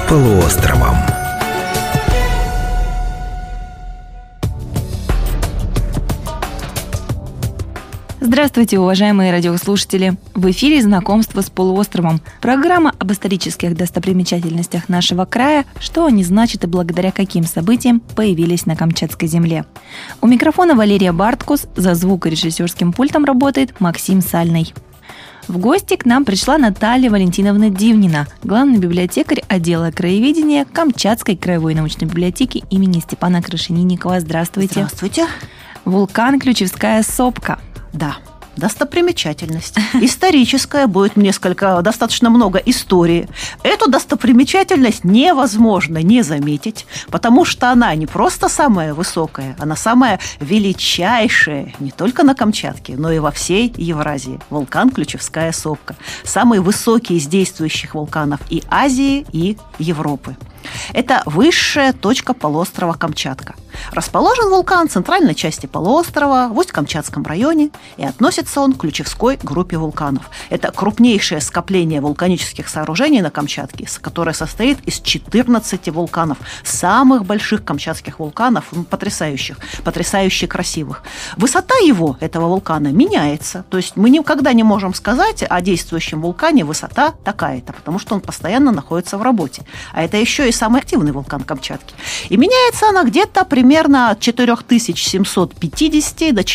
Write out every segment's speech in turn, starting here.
полуостровом. Здравствуйте, уважаемые радиослушатели! В эфире «Знакомство с полуостровом» – программа об исторических достопримечательностях нашего края, что они значат и благодаря каким событиям появились на Камчатской земле. У микрофона Валерия Барткус, за звукорежиссерским пультом работает Максим Сальный. В гости к нам пришла Наталья Валентиновна Дивнина, главный библиотекарь отдела краеведения Камчатской краевой научной библиотеки имени Степана Крашенинникова. Здравствуйте. Здравствуйте. Вулкан Ключевская сопка. Да, достопримечательность. Историческая, будет достаточно много истории. Эту достопримечательность невозможно не заметить, потому что она не просто самая высокая, она самая величайшая не только на Камчатке, но и во всей Евразии. Вулкан Ключевская сопка. Самый высокий из действующих вулканов и Азии, и Европы. Это высшая точка полуострова Камчатка. Расположен вулкан в центральной части полуострова, в Усть-Камчатском районе, и относится он к Ключевской группе вулканов. Это крупнейшее скопление вулканических сооружений на Камчатке, которое состоит из 14 вулканов, самых больших камчатских вулканов, потрясающих, потрясающе красивых. Высота этого вулкана меняется, то есть мы никогда не можем сказать о действующем вулкане высота такая-то, потому что он постоянно находится в работе. А это еще и самый активный вулкан Камчатки. И меняется она где-то примерно от 4750 до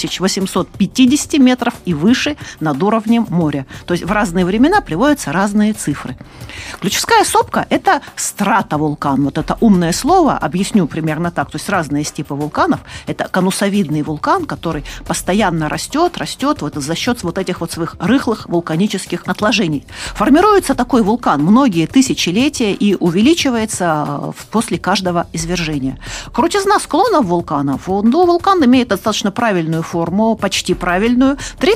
4850 метров и выше над уровнем моря. То есть в разные времена приводятся разные цифры. Ключевская сопка – это стратовулкан. Вот это умное слово объясню примерно так. То есть разные типы вулканов. Это конусовидный вулкан, который постоянно растет за счет этих своих рыхлых вулканических отложений. Формируется такой вулкан многие тысячелетия и увеличивается после каждого извержения. Крутизна склонов вулканов. Вулкан имеет достаточно правильную форму, почти правильную,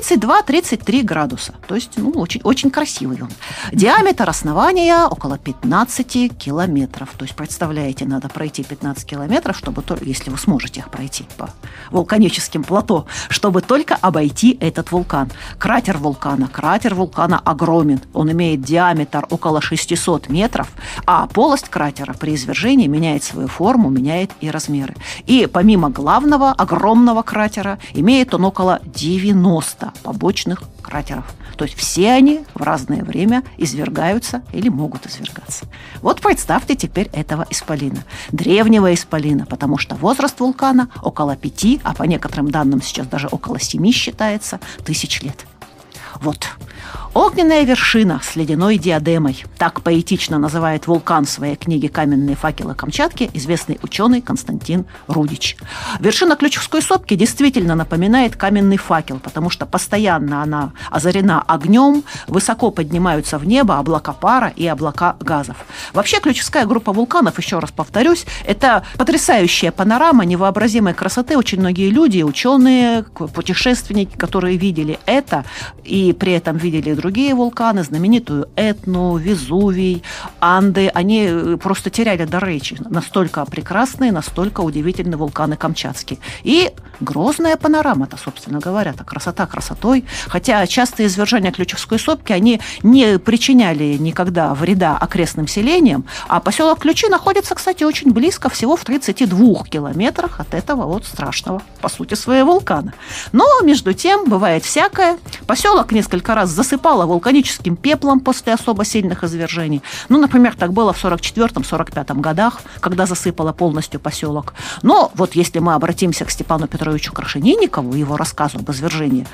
32-33 градуса. То есть очень, очень красивый он. Диаметр основания около 15 километров. То есть, представляете, надо пройти 15 километров, если вы сможете их пройти по вулканическим плато, чтобы только обойти этот вулкан. Кратер вулкана огромен. Он имеет диаметр около 600 метров, а полость кратера при извержении меняет свою форму, меняет и размеры. И помимо главного огромного кратера, имеет он около 90 побочных кратеров. То есть все они в разное время извергаются или могут извергаться. Вот представьте теперь этого исполина. Древнего исполина, потому что возраст вулкана около 5, а по некоторым данным сейчас даже около 7 считается, тысяч лет. Вот. Огненная вершина с ледяной диадемой. Так поэтично называет вулкан в своей книге «Каменные факелы Камчатки» известный ученый Константин Рудич. Вершина Ключевской сопки действительно напоминает каменный факел, потому что постоянно она озарена огнем, высоко поднимаются в небо облака пара и облака газов. Вообще Ключевская группа вулканов, еще раз повторюсь, это потрясающая панорама невообразимой красоты. Очень многие люди, ученые, путешественники, которые видели это и при этом видели другие вулканы, знаменитую Этну, Везувий, Анды, они просто теряли дар речи. Настолько прекрасные, настолько удивительные вулканы камчатские. И грозная панорама-то, собственно говоря, красота красотой. Хотя частые извержения Ключевской сопки, они не причиняли никогда вреда окрестным селениям, а поселок Ключи находится, кстати, очень близко, всего в 32 километрах от этого страшного, по сути, своего вулкана. Но, между тем, бывает всякое. Поселок несколько раз засыпало вулканическим пеплом после особо сильных извержений. Например, так было в 1944-1945 годах, когда засыпало полностью поселок. Но вот если мы обратимся к Степану Петровичу Крашенинникову, его рассказу об извержении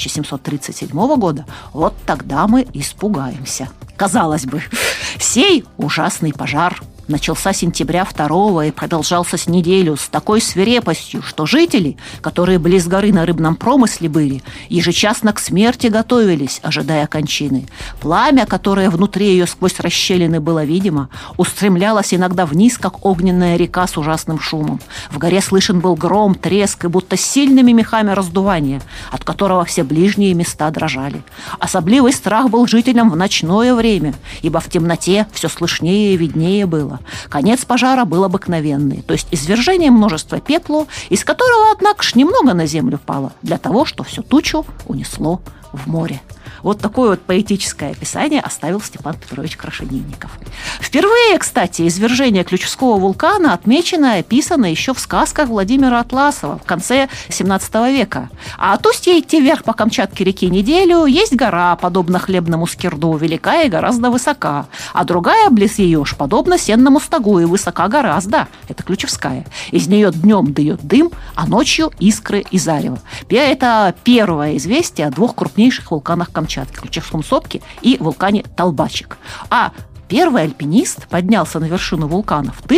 1737 года, вот тогда мы испугаемся. Казалось бы, сей ужасный пожар начался сентября 2 и продолжался с неделю с такой свирепостью, что жители, которые близ горы на рыбном промысле были, ежечасно к смерти готовились, ожидая кончины. Пламя, которое внутри ее сквозь расщелины было видимо, устремлялось иногда вниз, как огненная река с ужасным шумом. В горе слышен был гром, треск и будто сильными мехами раздувания, от которого все ближние места дрожали. Особливый страх был жителям в ночное время, ибо в темноте все слышнее и виднее было. Конец пожара был обыкновенный, то есть извержение множества пепла, из которого, однако ж, немного на землю пало, для того, что всю тучу унесло в море. Вот такое вот поэтическое описание оставил Степан Петрович Крашенинников. Впервые, кстати, извержение Ключевского вулкана отмечено и описано еще в сказках Владимира Атласова в конце XVII века. А от устья идти вверх по Камчатке реки неделю есть гора, подобно хлебному скирду, велика и гораздо высока, а другая близ ее ж подобно сенному стогу и высока гораздо. Это Ключевская. Из нее днем дает дым, а ночью искры и зарево. Это первое известие о двух крупнейших вулканах Камчатки – Ключевском сопке и вулкане Толбачик. А первый альпинист поднялся на вершину вулкана в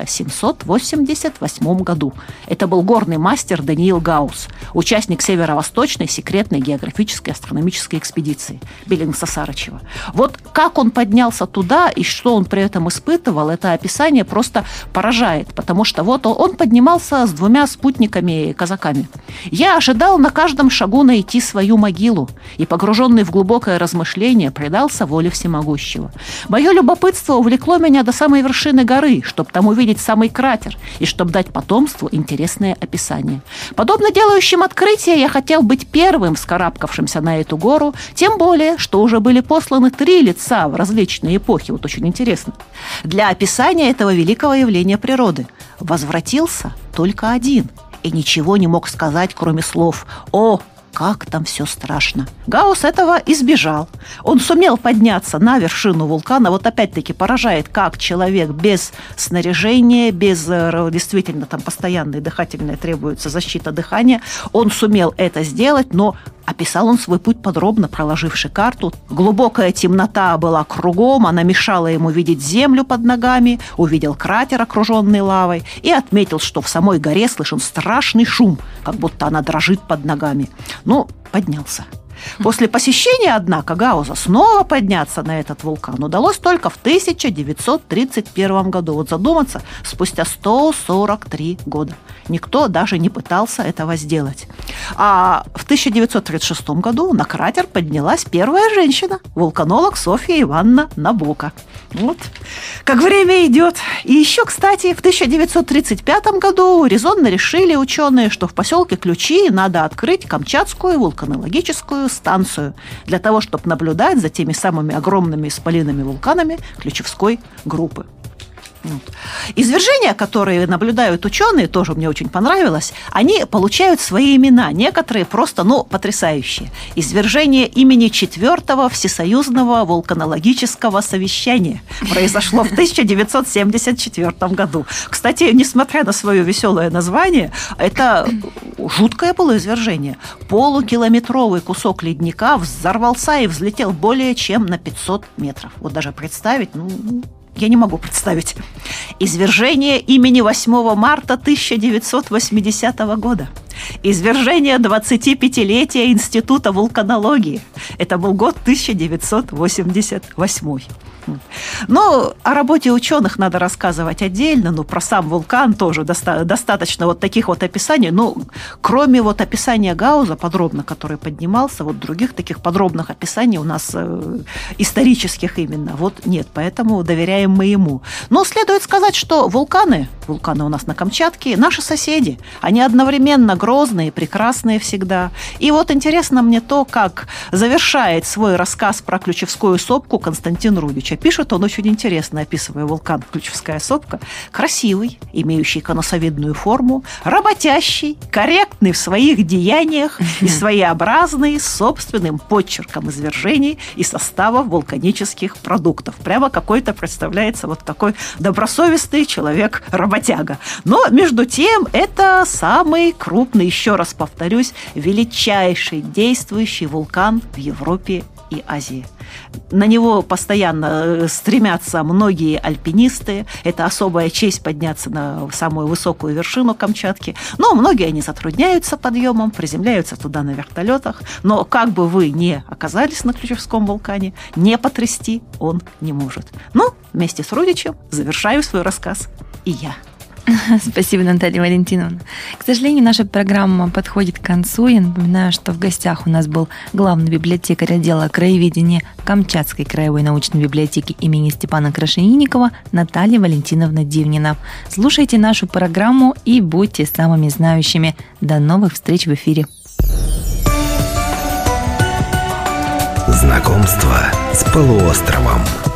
1788 году. Это был горный мастер Даниил Гаусс, участник северо-восточной секретной географической астрономической экспедиции Беллингса-Сарычева. Вот как он поднялся туда и что он при этом испытывал, это описание просто поражает, потому что вот он поднимался с 2 спутниками-казаками. «Я ожидал на каждом шагу найти свою могилу и, погруженный в глубокое размышление, предался воле всемогущего. Мое любопытство увлекло меня до самой вершины горы, чтобы там увидеть самый кратер и чтобы дать потомству интересное описание. Подобно делающим открытия, я хотел быть первым вскарабкавшимся на эту гору, тем более, что уже были посланы 3 лица в различные эпохи. Вот очень интересно. Для описания этого великого явления природы возвратился только один и ничего не мог сказать, кроме слов «О, как там все страшно». Гаусс этого избежал. Он сумел подняться на вершину вулкана. Вот опять-таки поражает, как человек без снаряжения, без действительно там постоянной дыхательной требуется защита дыхания, он сумел это сделать, но описал он свой путь подробно, проложивши карту. Глубокая темнота была кругом, она мешала ему видеть землю под ногами, увидел кратер, окруженный лавой, и отметил, что в самой горе слышен страшный шум, как будто она дрожит под ногами. Ну, поднялся. После посещения, однако, Гаусса снова подняться на этот вулкан удалось только в 1931 году. Вот задуматься, спустя 143 года. Никто даже не пытался этого сделать. А в 1936 году на кратер поднялась первая женщина, вулканолог Софья Ивановна Набока. Вот. Как время идет. И еще, кстати, в 1935 году резонно решили ученые, что в поселке Ключи надо открыть Камчатскую вулканологическую станцию для того, чтобы наблюдать за теми самыми огромными исполинами вулканами Ключевской группы. Извержения, которые наблюдают ученые, тоже мне очень понравилось, они получают свои имена. Некоторые просто, потрясающие. Извержение имени 4-го Всесоюзного вулканологического совещания произошло в 1974 году. Кстати, несмотря на свое веселое название, это жуткое было извержение. Полукилометровый кусок ледника взорвался и взлетел более чем на 500 метров. Вот даже представить, я не могу представить. Извержение имени 8 марта 1980 года. Извержение 25-летия Института вулканологии. Это был год 1988. Но о работе ученых надо рассказывать отдельно, про сам вулкан тоже достаточно вот таких вот описаний. Кроме вот описания Гаусса подробно, который поднимался, вот других таких подробных описаний у нас исторических именно нет, поэтому доверяем мы ему. Но следует сказать, что вулканы у нас на Камчатке, наши соседи, они одновременно грозные, прекрасные всегда. И вот интересно мне то, как завершает свой рассказ про Ключевскую сопку Константин Рудич. Пишет он очень интересно, описывая вулкан Ключевская сопка. Красивый, имеющий конусовидную форму, работящий, корректный в своих деяниях и своеобразный, с собственным подчерком извержений и составов вулканических продуктов. Прямо какой-то представляется вот такой добросовестный человек-работяга. Но, между тем, это самый крупный, еще раз повторюсь, величайший действующий вулкан в Европе и Азии. На него постоянно стремятся многие альпинисты. Это особая честь подняться на самую высокую вершину Камчатки. Но многие они затрудняются подъемом, приземляются туда на вертолетах. Но как бы вы ни оказались на Ключевском вулкане, не потрясти он не может. Вместе с Рудичем завершаю свой рассказ и я. Спасибо, Наталья Валентиновна. К сожалению, наша программа подходит к концу. Я напоминаю, что в гостях у нас был главный библиотекарь отдела краеведения Камчатской краевой научной библиотеки имени Степана Крашенинникова Наталья Валентиновна Дивнина. Слушайте нашу программу и будьте самыми знающими. До новых встреч в эфире. Знакомство с полуостровом.